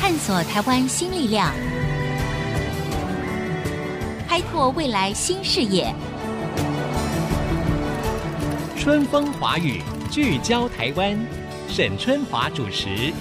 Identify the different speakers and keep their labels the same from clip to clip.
Speaker 1: 探索台湾新力量，开拓未来新视野。
Speaker 2: 春风华语，聚焦台湾，沈春华主持。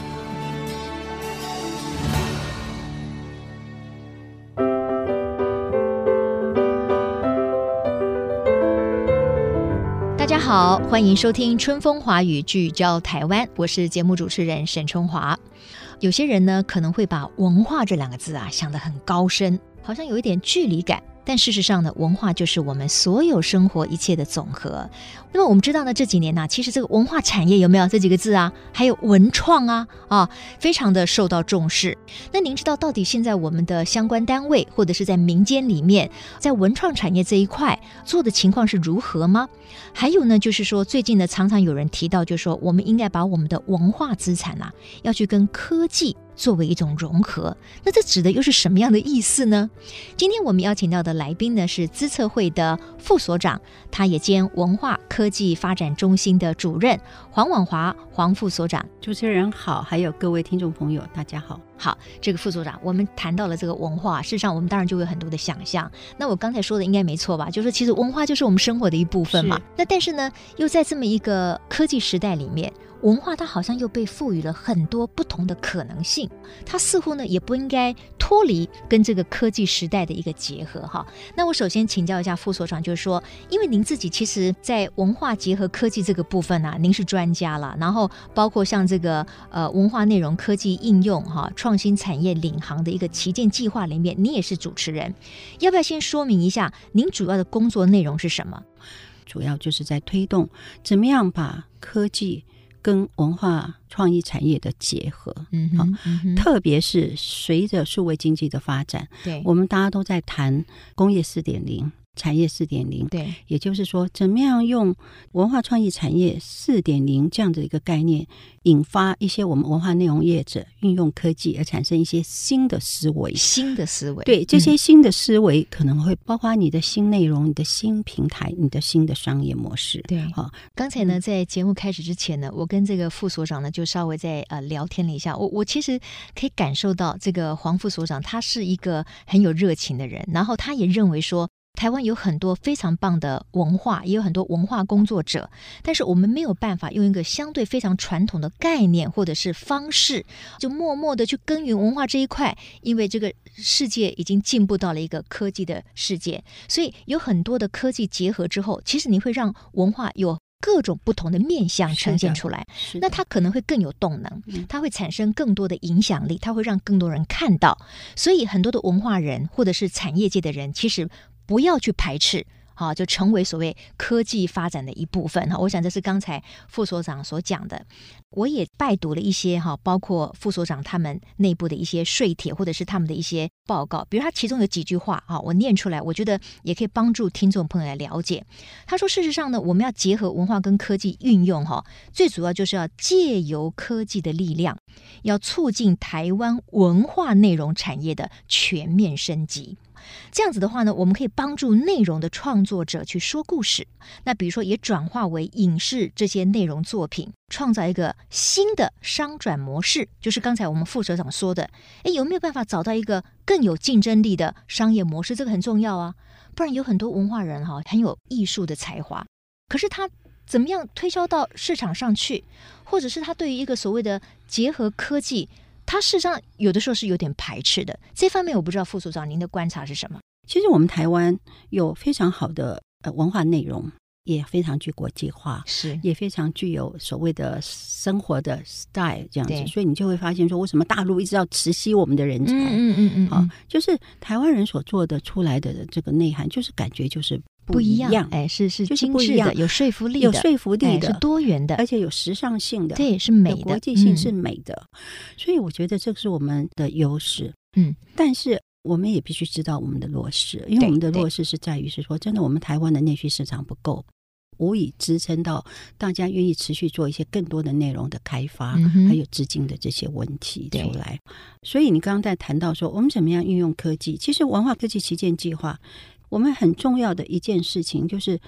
Speaker 3: 大家好，欢迎收听春风华语，聚焦台湾，我是节目主持人沈春华。有些人呢可能会把文化这两个字想得很高深，好像有一点距离感，但事实上呢，文化就是我们所有生活一切的总和。那么我们知道呢，这几年其实这个文化产业有没有这几个字还有文创非常的受到重视。那您知道到底现在我们的相关单位或者是在民间里面，在文创产业这一块做的情况是如何吗？还有呢，就是说最近呢，常常有人提到，就是说我们应该把我们的文化资产要去跟科技作为一种融合。那这指的又是什么样的意思呢？今天我们邀请到的来宾呢是资策会的副所长，他也兼文化科技发展中心的主任黄婉华黄副所长。
Speaker 4: 主持人好，还有各位听众朋友大家好。
Speaker 3: 好，这个副所长，我们谈到了这个文化，事实上我们当然就有很多的想象。那我刚才说的应该没错吧，就是其实文化就是我们生活的一部分嘛。那但是呢，又在这么一个科技时代里面，文化它好像又被赋予了很多不同的可能性，它似乎呢也不应该脱离跟这个科技时代的一个结合那我首先请教一下副所长，就是说，因为您自己其实在文化结合科技这个部分您是专家了，然后包括像这个文化内容科技应用创新产业领航的一个旗舰计划里面，你也是主持人，要不要先说明一下您主要的工作内容是什么？
Speaker 4: 主要就是在推动怎么样把科技跟文化创意产业的结合，特别是随着数位经济的发展，对，我们大家都在谈工业 4.0 产业 4.0， 对，也就是说怎么样用文化创意产业 4.0 这样的一个概念，引发一些我们文化内容业者运用科技而产生一些新的思维。对，这些新的思维可能会包括你的新内容、你的新平台、你的新的商业模式。
Speaker 3: 对，刚才呢在节目开始之前呢，我跟这个副所长呢就稍微在聊天了一下，我其实可以感受到这个黄副所长他是一个很有热情的人，然后他也认为说台湾有很多非常棒的文化，也有很多文化工作者，但是我们没有办法用一个相对非常传统的概念或者是方式，就默默的去耕耘文化这一块，因为这个世界已经进步到了一个科技的世界，所以有很多的科技结合之后，其实你会让文化有各种不同的面向呈现出来，那它可能会更有动能，它会产生更多的影响力，它会让更多人看到，所以很多的文化人或者是产业界的人其实不要去排斥就成为所谓科技发展的一部分我想这是刚才副所长所讲的。我也拜读了一些包括副所长他们内部的一些税帖或者是他们的一些报告，比如他其中有几句话我念出来，我觉得也可以帮助听众朋友来了解。他说事实上呢，我们要结合文化跟科技运用最主要就是要借由科技的力量，要促进台湾文化内容产业的全面升级。这样子的话呢，我们可以帮助内容的创作者去说故事，那比如说也转化为影视这些内容作品，创造一个新的商转模式，就是刚才我们副所长说的，有没有办法找到一个更有竞争力的商业模式？这个很重要不然有很多文化人很有艺术的才华，可是他怎么样推销到市场上去，或者是他对于一个所谓的结合科技，他事实上有的时候是有点排斥的。这方面我不知道副所长您的观察是什么？
Speaker 4: 其实我们台湾有非常好的文化内容，也非常具国际化，是也非常具有所谓的生活的 style 这样子，所以你就会发现说为什么大陆一直要慈禧我们的人才就是台湾人所做的出来的这个内涵，就是感觉就是不一样
Speaker 3: 是精致的，有说服力的，是多元的，
Speaker 4: 而且有时尚性的，
Speaker 3: 对，是美的，
Speaker 4: 国际性是美的所以我觉得这是我们的优势但是我们也必须知道我们的弱势，因为我们的弱势是在于是说真的我们台湾的内需市场不够，无以支撑到大家愿意持续做一些更多的内容的开发还有资金的这些问题出来。所以你刚刚在谈到说我们怎么样运用科技，其实文化科技旗舰计划我们很重要的一件事情就是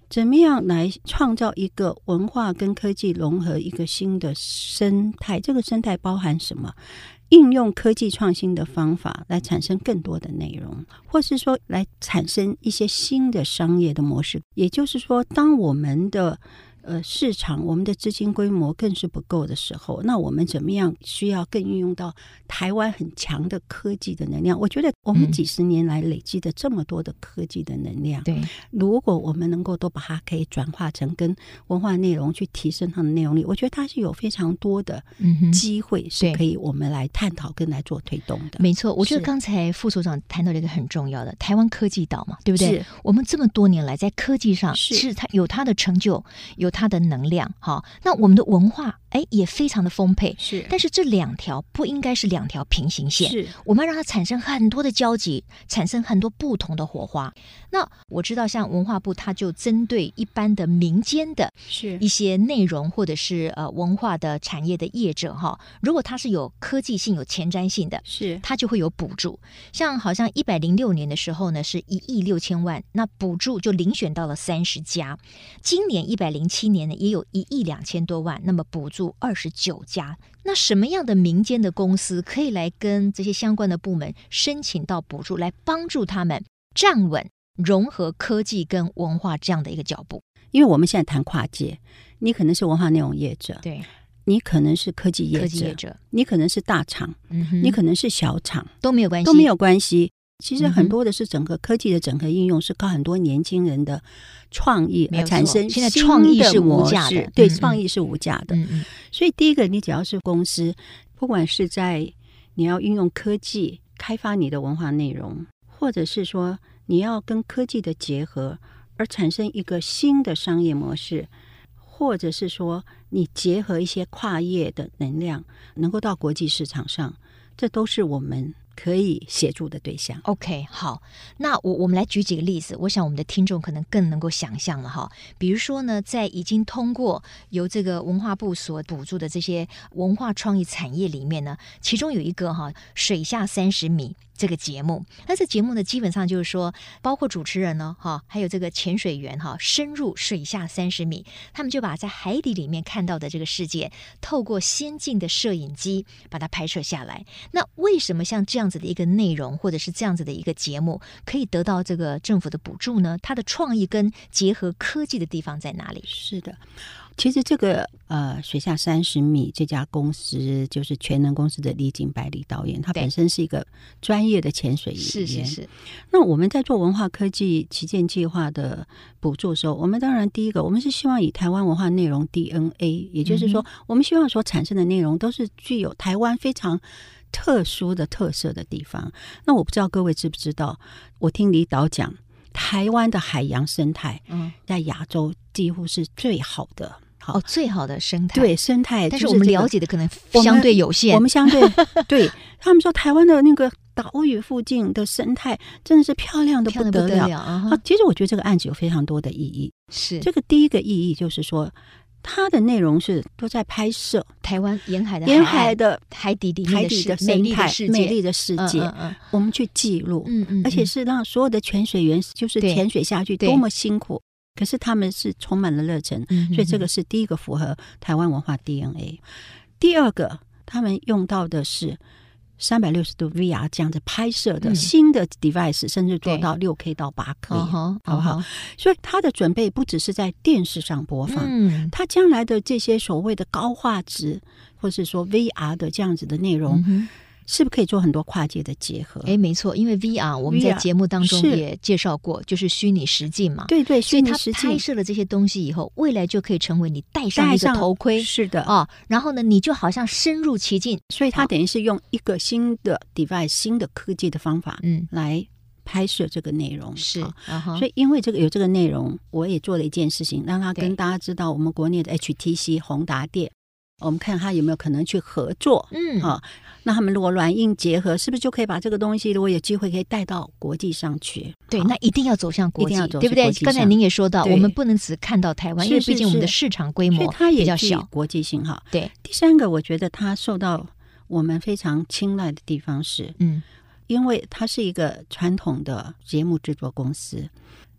Speaker 4: 怎么样来创造一个文化跟科技融合一个新的生态？这个生态包含什么？应用科技创新的方法来产生更多的内容，或是说来产生一些新的商业的模式。也就是说，当我们的市场，我们的资金规模更是不够的时候，那我们怎么样需要更运用到台湾很强的科技的能量？我觉得我们几十年来累积的这么多的科技的能量，对，如果我们能够都把它可以转化成跟文化内容去提升它的内容力，我觉得它是有非常多的机会是可以我们来探讨跟来做推动的。
Speaker 3: 没错，我觉得刚才副所长谈到了一个很重要的台湾科技岛嘛，对不对？我们这么多年来在科技上是它有它的成就，有它的能量，好，那我们的文化也非常的丰沛，是，但是这两条不应该是两条平行线，是，我们要让它产生很多的交集，产生很多不同的火花。那我知道像文化部它就针对一般的民间的一些内容或者是文化的产业的业者哈，如果它是有科技性有前瞻性的，是，它就会有补助。像好像106年的时候呢是1亿6千万，那补助就遴选到了30家，今年107年呢也有1亿2千多万，那么补助29家。那什么样的民间的公司可以来跟这些相关的部门申请到补助，来帮助他们站稳融合科技跟文化这样的一个脚步？
Speaker 4: 因为我们现在谈跨界，你可能是文化内容业者，对，你可能是科技业者，你可能是大厂，你可能是小厂，
Speaker 3: 都没有关系，
Speaker 4: 都没有关系。其实很多的是整个科技的整合应用，是靠很多年轻人的创意而产生新的模式。现在创意是无价的，对，创意是无价的。所以第一个，你只要是公司，不管是在你要运用科技开发你的文化内容，或者是说你要跟科技的结合而产生一个新的商业模式，或者是说你结合一些跨业的能量，能够到国际市场上，这都是我们可以协助的对象。
Speaker 3: OK， 好，那我们来举几个例子，我想我们的听众可能更能够想象了哈。比如说呢，在已经通过由这个文化部所补助的这些文化创意产业里面呢，其中有一个水下30米这个节目，那这节目呢，基本上就是说，包括主持人呢，还有这个潜水员深入水下30米，他们就把在海底里面看到的这个世界，透过先进的摄影机把它拍摄下来。那为什么像这样子的一个内容，或者是这样子的一个节目，可以得到这个政府的补助呢？它的创意跟结合科技的地方在哪里？
Speaker 4: 是的。其实这个水下30米这家公司就是全能公司的李景百李导演，他本身是一个专业的潜水员。是。那我们在做文化科技旗舰计划的补助的时候，我们当然第一个，我们是希望以台湾文化内容 DNA， 也就是说，我们希望所产生的内容都是具有台湾非常特殊的特色的地方。那我不知道各位知不知道，我听李导讲，台湾的海洋生态在亚洲几乎是最好的。
Speaker 3: 最好的生态，
Speaker 4: 对生态，
Speaker 3: 但是我们了解的可能相对有限。
Speaker 4: 我们相对对他们说，台湾的那个岛屿附近的生态真的是漂亮的不得了。其实我觉得这个案子有非常多的意义。是这个第一个意义就是说，它的内容是都在拍摄
Speaker 3: 台湾沿海的海底里面的
Speaker 4: 生态美丽的世界，我们去记录，而且是让所有的潜水员就是潜水下去多么辛苦。可是他们是充满了热忱，所以这个是第一个符合台湾文化 DNA。 第二个，他们用到的是360度 VR 这样子拍摄的新的 device， 甚至做到 6K 到 8K， 好不好？所以他的准备不只是在电视上播放，他将来的这些所谓的高画质或是说 VR 的这样子的内容，是不是可以做很多跨界的结合？
Speaker 3: 没错，因为 VR 我们在节目当中也介绍过，就是虚拟实境嘛。
Speaker 4: 对对，
Speaker 3: 虚拟实境。所以他拍摄了这些东西以后，未来就可以成为你戴上一个头盔，
Speaker 4: 是的
Speaker 3: 然后呢，你就好像深入其境。
Speaker 4: 所以他等于是用一个新的 device、新的科技的方法，来拍摄这个内容。是，所以因为这个有这个内容，我也做了一件事情，让他跟大家知道我们国内的 HTC 宏达电。我们看他有没有可能去合作，那他们如果软硬结合，是不是就可以把这个东西，如果有机会可以带到国际上去？
Speaker 3: 对，那一定要走向国际，对不对？刚才您也说到，我们不能只看到台湾，因为毕竟我们的市场规模比较小，
Speaker 4: 国际性哈。
Speaker 3: 对，
Speaker 4: 第三个，我觉得它受到我们非常青睐的地方是，因为它是一个传统的节目制作公司。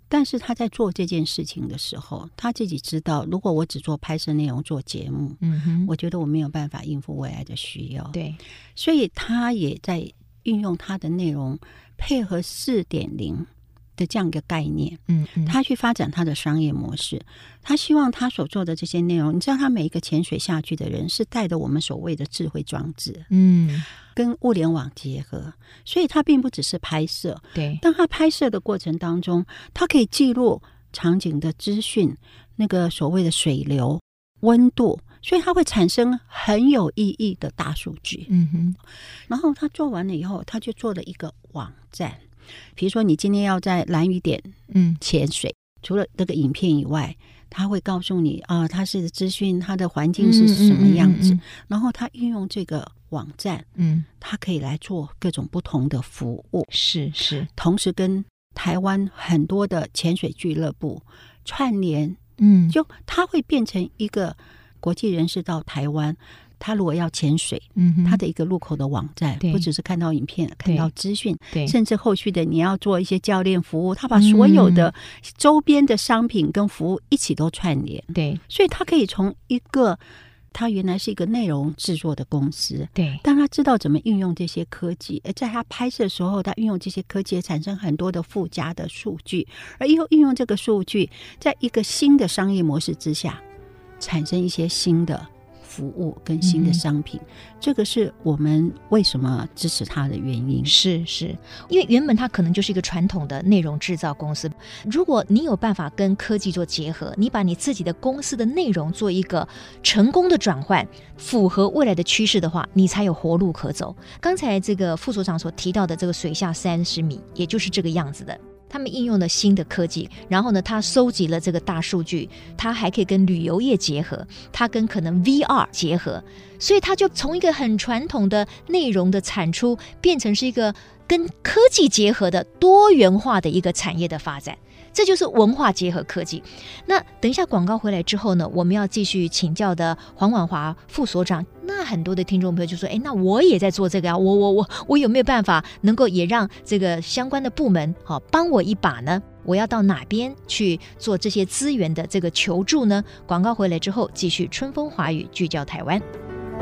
Speaker 4: 但是他在做这件事情的时候，他自己知道，如果我只做拍摄内容、做节目，我觉得我没有办法应付未来的需要。
Speaker 3: 对，
Speaker 4: 所以他也在运用他的内容配合 4.0 的这样一个概念，他去发展他的商业模式。他希望他所做的这些内容，你知道他每一个潜水下去的人是带着我们所谓的智慧装置，跟物联网结合，所以他并不只是拍摄。
Speaker 3: 对，
Speaker 4: 当他拍摄的过程当中，他可以记录场景的资讯，那个所谓的水流、温度，所以它会产生很有意义的大数据。然后他做完了以后，他就做了一个网站。比如说你今天要在蓝屿点潜水，除了这个影片以外，他会告诉你它是资讯，它的环境是什么样子，然后他运用这个网站，他可以来做各种不同的服务，
Speaker 3: 是，
Speaker 4: 同时跟台湾很多的潜水俱乐部串联，就他会变成一个国际人士到台湾，他如果要潜水，他的一个入口的网站，不只是看到影片、看到资讯，甚至后续的你要做一些教练服务，他把所有的周边的商品跟服务一起都串联。
Speaker 3: 对，
Speaker 4: 所以他可以从一个他原来是一个内容制作的公司，
Speaker 3: 对，
Speaker 4: 当他知道怎么运用这些科技，而在他拍摄的时候，他运用这些科技也产生很多的附加的数据，而以后运用这个数据，在一个新的商业模式之下，产生一些新的服务跟新的商品，这个是我们为什么支持它的原因。
Speaker 3: 是，因为原本它可能就是一个传统的内容制造公司，如果你有办法跟科技做结合，你把你自己的公司的内容做一个成功的转换，符合未来的趋势的话，你才有活路可走。刚才这个副所长所提到的这个水下30米，也就是这个样子的。他们应用了新的科技，然后呢，他收集了这个大数据，他还可以跟旅游业结合，他跟可能 VR 结合，所以他就从一个很传统的内容的产出，变成是一个跟科技结合的多元化的一个产业的发展。这就是文化结合科技。那等一下广告回来之后呢，我们要继续请教的黄婉华副所长，那很多的听众朋友就说，那我也在做这个啊，我有没有办法能够也让这个相关的部门帮我一把呢？我要到哪边去做这些资源的这个求助呢？广告回来之后继续春风华语聚焦台湾。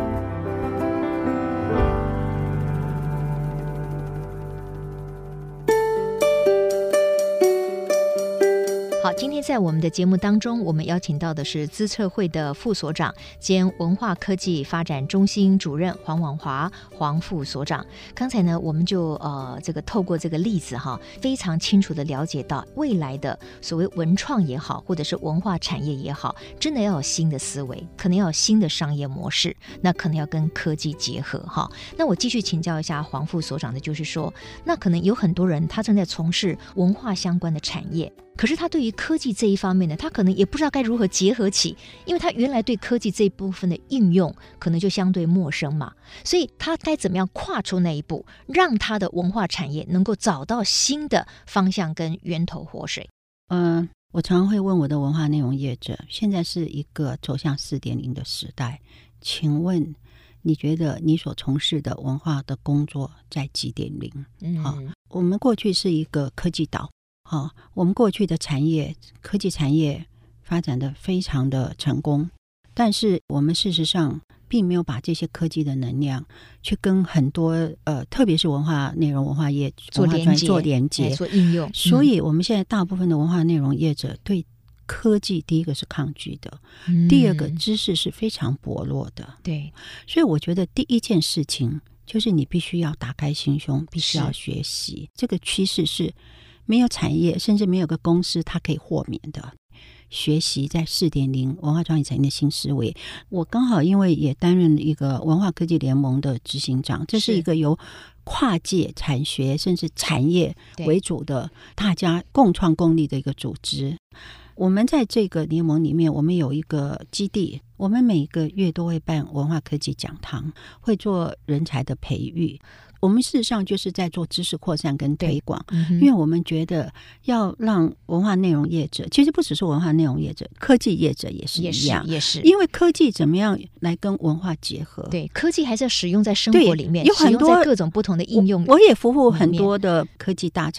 Speaker 3: 好，今天在我们的节目当中，我们邀请到的是资策会的副所长兼文化科技发展中心主任黄婉华黄副所长。刚才呢，我们就这个透过这个例子非常清楚的了解到未来的所谓文创也好，或者是文化产业也好，真的要有新的思维，可能要有新的商业模式，那可能要跟科技结合那我继续请教一下黄副所长的，就是说，那可能有很多人他正在从事文化相关的产业，可是他对于科技这一方面呢，他可能也不知道该如何结合起，因为他原来对科技这一部分的应用可能就相对陌生嘛，所以他该怎么样跨出那一步，让他的文化产业能够找到新的方向跟源头活水？
Speaker 4: 我常常会问我的文化内容业者，现在是一个走向 4.0 的时代，请问你觉得你所从事的文化的工作在几点零？我们过去是一个科技岛，我们过去的产业，科技产业发展的非常的成功，但是我们事实上并没有把这些科技的能量去跟很多特别是文化内容文化业
Speaker 3: 做连接做应用，
Speaker 4: 所以我们现在大部分的文化内容业者对科技第一个是抗拒的，第二个知识是非常薄弱的。
Speaker 3: 对，
Speaker 4: 所以我觉得第一件事情就是你必须要打开心胸，必须要学习。这个趋势是没有产业甚至没有个公司它可以豁免的。学习在 4.0 文化创意产业的新思维，我刚好因为也担任一个文化科技联盟的执行长，这是一个由跨界产学甚至产业为主的大家共创共力的一个组织。我们在这个联盟里面，我们有一个基地，我们每个月都会办文化科技讲堂，会做人才的培育。我们事实上就是在做知识扩散跟推广，因为我们觉得要让文化内容业者，其实不只是文化内容业者，科技业者也是一样，
Speaker 3: 也是
Speaker 4: 因为科技怎么样来跟文化结合？
Speaker 3: 对，科技还是要使用在生活里面，有很多在各种不同的应用。
Speaker 4: 我也服务很多的科技大厂，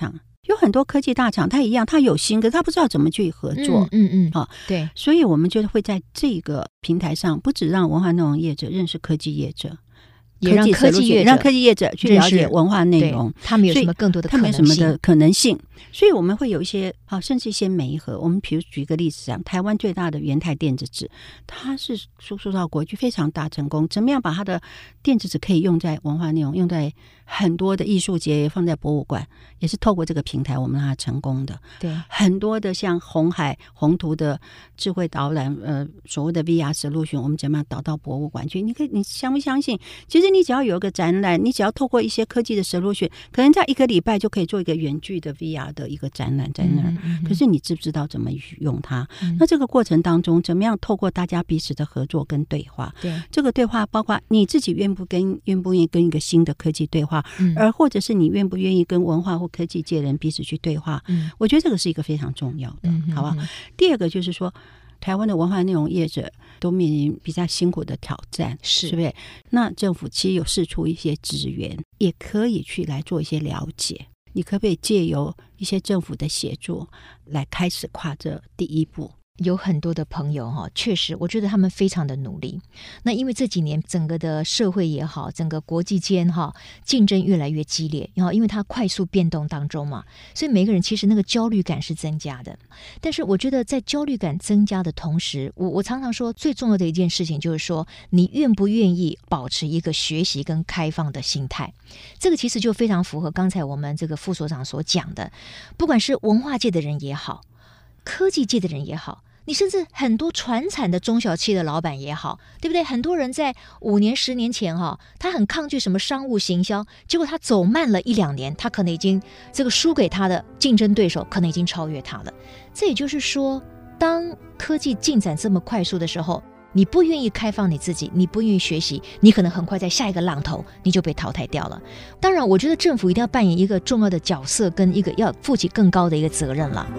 Speaker 4: 有很多科技大厂，它一样，它有心，可是它不知道怎么去合作。
Speaker 3: 对，
Speaker 4: 所以我们就会在这个平台上，不只让文化内容业者认识科技业者，
Speaker 3: 也让科技业者
Speaker 4: 去了解文化内容，
Speaker 3: 他们有什么更多的可能性，
Speaker 4: 他们有什么的可能性。所以我们会有一些甚至一些媒合。我们比如举一个例子讲，台湾最大的元泰电子纸，它是输出到国际非常大成功。怎么样把它的电子纸可以用在文化内容，用在很多的艺术节，放在博物馆，也是透过这个平台我们让它成功的。
Speaker 3: 对，
Speaker 4: 很多的像鸿海宏图的智慧导览，所谓的 VR solution， 我们怎么样导到博物馆去？你相不相信？其实你只要有一个展览，你只要透过一些科技的 solution， 可能在1个礼拜就可以做一个远距的 VR 的一个展览在那儿。可是你知不知道怎么用它？那这个过程当中，怎么样透过大家彼此的合作跟对话？
Speaker 3: 对，
Speaker 4: 这个对话包括你自己愿不愿意跟一个新的科技对话，而或者是你愿不愿意跟文化或科技界人彼此去对话。我觉得这个是一个非常重要的，好吧？第二个就是说，台湾的文化内容业者都面临比较辛苦的挑战，是不是？那政府其实有释出一些资源，也可以去来做一些了解。你可不可以借由一些政府的协助来开始跨这第一步？
Speaker 3: 有很多的朋友确实我觉得他们非常的努力。那因为这几年整个的社会也好，整个国际间竞争越来越激烈，因为它快速变动当中嘛，所以每个人其实那个焦虑感是增加的。但是我觉得在焦虑感增加的同时，我常常说最重要的一件事情就是说，你愿不愿意保持一个学习跟开放的心态。这个其实就非常符合刚才我们这个副所长所讲的，不管是文化界的人也好，科技界的人也好，你甚至很多传产的中小企的老板也好，对不对？很多人在5年10年前他很抗拒什么商务行销，结果他走慢了1-2年，他可能已经这个输给他的竞争对手可能已经超越他了。这也就是说，当科技进展这么快速的时候，你不愿意开放你自己，你不愿意学习，你可能很快在下一个浪头你就被淘汰掉了。当然我觉得政府一定要扮演一个重要的角色，跟一个要负起更高的一个责任了。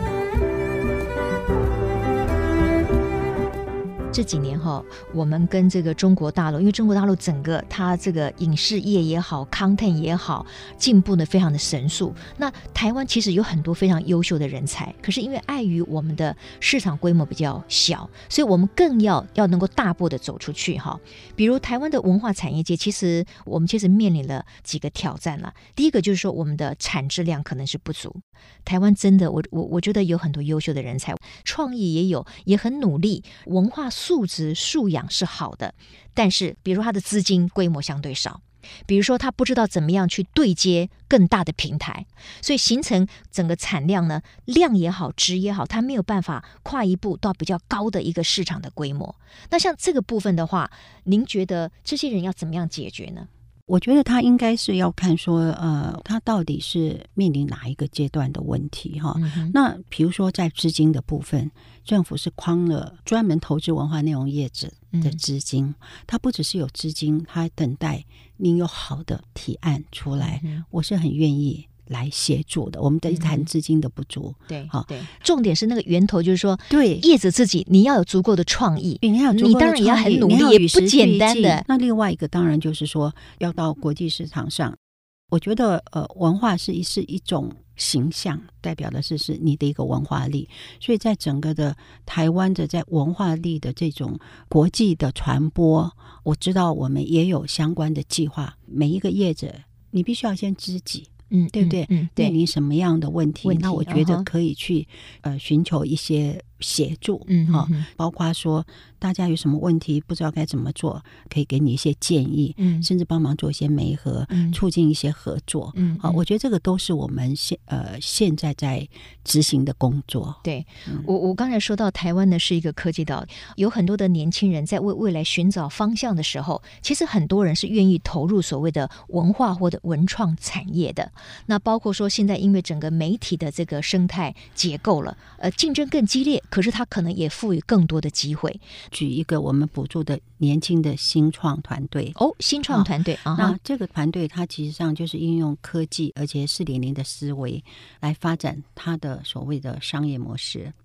Speaker 3: 这几年我们跟这个中国大陆，因为中国大陆整个它这个影视业也好 content 也好，进步的非常的神速。那台湾其实有很多非常优秀的人才，可是因为碍于我们的市场规模比较小，所以我们更要能够大步的走出去比如台湾的文化产业界，我们其实面临了几个挑战了。第一个就是说，我们的产质量可能是不足。台湾真的我觉得有很多优秀的人才，创意也有，也很努力，文化素质素养是好的，但是比如他的资金规模相对少，比如说他不知道怎么样去对接更大的平台，所以形成整个产量呢，量也好质也好，他没有办法跨一步到比较高的一个市场的规模。那像这个部分的话，您觉得这些人要怎么样解决呢？
Speaker 4: 我觉得他应该是要看说他到底是面临哪一个阶段的问题那比如说在资金的部分，政府是框了专门投资文化内容业者的资金，他不只是有资金，他还等待您有好的提案出来，我是很愿意来协助的。我们在谈资金的不足，
Speaker 3: 对，重点是那个源头，就是说，
Speaker 4: 对业
Speaker 3: 者自己你要有足够的创意，
Speaker 4: 你
Speaker 3: 当然也要很努力，也不简单的。
Speaker 4: 那另外一个当然就是说，要到国际市场上，我觉得文化是一种形象，代表的是你的一个文化力。所以在整个的台湾的在文化力的这种国际的传播，我知道我们也有相关的计划。每一个业者，你必须要先知己。对不对？面临什么样的问题？那我觉得可以去寻求一些协助，包括说大家有什么问题不知道该怎么做，可以给你一些建议，甚至帮忙做一些媒合，促进一些合作。我觉得这个都是我们现在在执行的工作。
Speaker 3: 对，我刚才说到台湾呢是一个科技岛，有很多的年轻人在为未来寻找方向的时候，其实很多人是愿意投入所谓的文化或者文创产业的。那包括说现在因为整个媒体的这个生态结构了，竞争更激烈，可是它可能也赋予更多的机会。
Speaker 4: 举一个我们补助的年轻的新创团队
Speaker 3: 新创团队
Speaker 4: 那这个团队它其实上就是应用科技，而且4.0的思维来发展它的所谓的商业模式。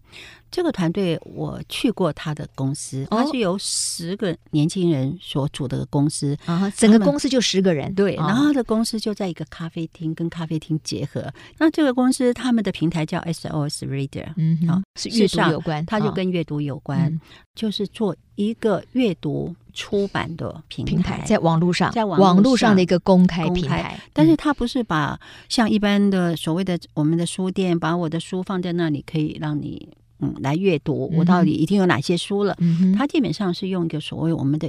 Speaker 4: 这个团队我去过他的公司，他是由10个年轻人所组的公司，
Speaker 3: 整个公司就10个人。
Speaker 4: 对，然后他的公司就在一个咖啡厅，跟咖啡厅结合。那这个公司他们的平台叫 SOS Reader，
Speaker 3: 是阅读有关，
Speaker 4: 它就跟阅读有关，就是做一个阅读出版的平台，
Speaker 3: 在网络上，网络上的一个公开平台。
Speaker 4: 但是它不是把像一般的所谓的我们的书店，把我的书放在那里可以让你来阅读，我到底一定有哪些书了？它基本上是用一个所谓我们的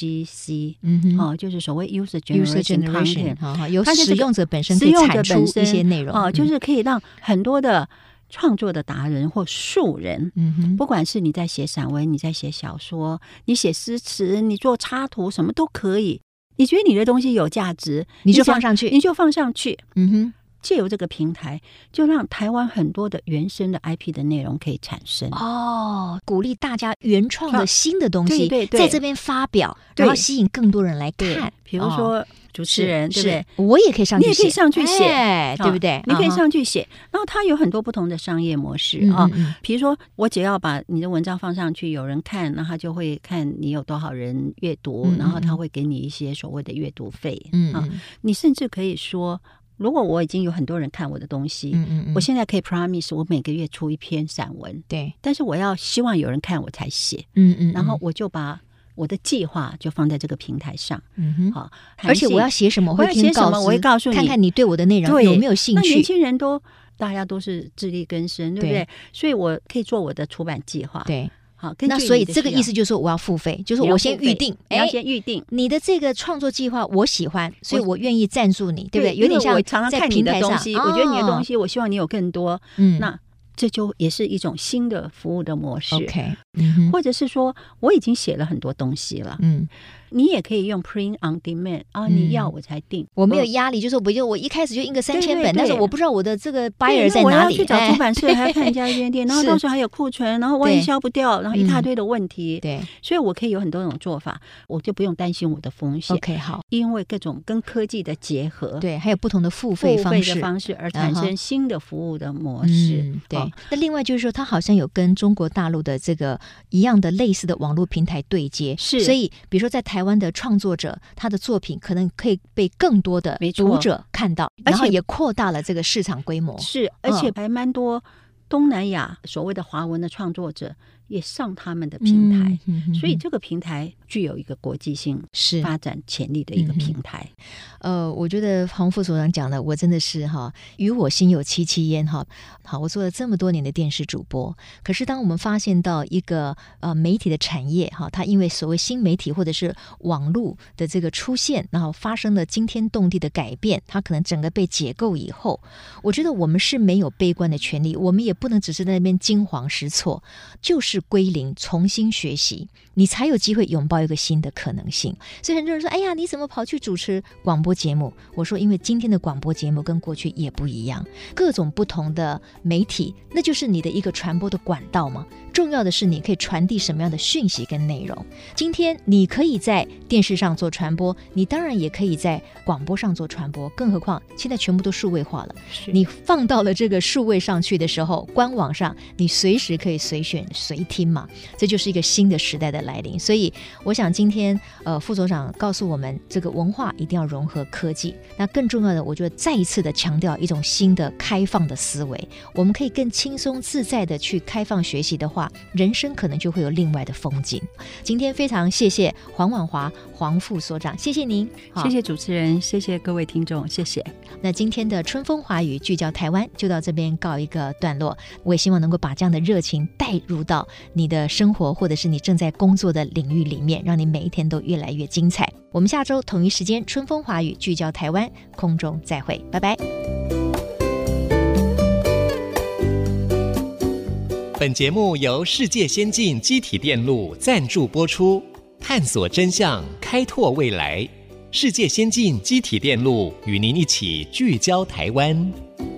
Speaker 4: UGC，就是所谓 User Generation Content，
Speaker 3: 由使用者本身可以产出一些内容，
Speaker 4: 就是可以让很多的创作的达人或素人，不管是你在写散文，你在写小说，你写诗词，你做插图，什么都可以。你觉得你的东西有价值，
Speaker 3: 你就放上去，
Speaker 4: 借由这个平台，就让台湾很多的原生的 IP 的内容可以产生。
Speaker 3: 鼓励大家原创的新的东西在这边发表，然后吸引更多人来看。
Speaker 4: 比如说主持人，对不对？
Speaker 3: 我也可以上去写，
Speaker 4: 你也可以上去写，
Speaker 3: 对不对？
Speaker 4: 你可以上去写。然后它有很多不同的商业模式比如说我只要把你的文章放上去，有人看，那他就会看你有多少人阅读，然后他会给你一些所谓的阅读费。你甚至可以说，如果我已经有很多人看我的东西，我现在可以 promise 我每个月出一篇散文，
Speaker 3: 对，
Speaker 4: 但是我要希望有人看我才写，然后我就把我的计划就放在这个平台上，
Speaker 3: 而且我要写什么，我会告诉你，看看你对我的内容有没有兴趣。
Speaker 4: 那年轻人大家都是自力更生，对不对？所以我可以做我的出版计划，
Speaker 3: 对。那所以这个意思就是说我要付费，就是我先预定，
Speaker 4: 你要先预定
Speaker 3: 你的这个创作计划，我喜欢，所以我愿意赞助你，对不对？有点像
Speaker 4: 我常常看你的东西，我觉得你的东西，我希望你有更多，那这就也是一种新的服务的模式。
Speaker 3: OK，
Speaker 4: 或者是说我已经写了很多东西了，你也可以用 print on demand 你要我才订，
Speaker 3: 我没有压力，就是我一开始就印个3000本，但是我不知道我的这个 buyer 在哪里，我
Speaker 4: 要去找出版社，还要看人家原店，然后到时候还有库存，然后万一销不掉，然后一大堆的问题。
Speaker 3: 对，
Speaker 4: 所以我可以有很多种做法，我就不用担心我的风险。
Speaker 3: OK， 好，
Speaker 4: 因为各种跟科技的结合，
Speaker 3: 对，还有不同的付费方式
Speaker 4: 而产生新的服务的模式。
Speaker 3: 对，那另外就是说，它好像有跟中国大陆的这个一样的类似的网络平台对接，
Speaker 4: 是，
Speaker 3: 所以比如说在台湾的创作者，他的作品可能可以被更多的读者看到，然后也扩大了这个市场规模。
Speaker 4: 是，而且还蛮多东南亚所谓的华文的创作者也上他们的平台，所以这个平台具有一个国际性发展潜力的一个平台。
Speaker 3: 我觉得黄副所长讲的，我真的是与我心有戚戚焉好，我做了这么多年的电视主播，可是当我们发现到一个媒体的产业它因为所谓新媒体或者是网络的这个出现，然后发生了惊天动地的改变，它可能整个被解构以后，我觉得我们是没有悲观的权利，我们也不能只是在那边惊慌失措，就是归零，重新学习，你才有机会拥抱一个新的可能性。所以很多人说，哎呀，你怎么跑去主持广播节目？我说因为今天的广播节目跟过去也不一样，各种不同的媒体，那就是你的一个传播的管道嘛。重要的是你可以传递什么样的讯息跟内容。今天你可以在电视上做传播，你当然也可以在广播上做传播，更何况现在全部都数位化了，你放到了这个数位上去的时候，官网上你随时可以随选随听嘛，这就是一个新的时代的来临。所以我想今天副所长告诉我们，这个文化一定要融合科技，那更重要的，我觉得再一次的强调一种新的开放的思维，我们可以更轻松自在的去开放学习的话，人生可能就会有另外的风景。今天非常谢谢黄婉华黄副所长，谢谢您。
Speaker 4: 谢谢主持人，谢谢各位听众，谢谢。
Speaker 3: 那今天的春风华语聚焦台湾就到这边告一个段落，我也希望能够把这样的热情带入到你的生活或者是你正在工作的领域里面，让你每一天都越来越精彩。我们下周同一时间春风华语聚焦台湾空中再会，拜拜。
Speaker 2: 本节目由世界先进机体电路赞助播出，探索真相，开拓未来。世界先进机体电路与您一起聚焦台湾。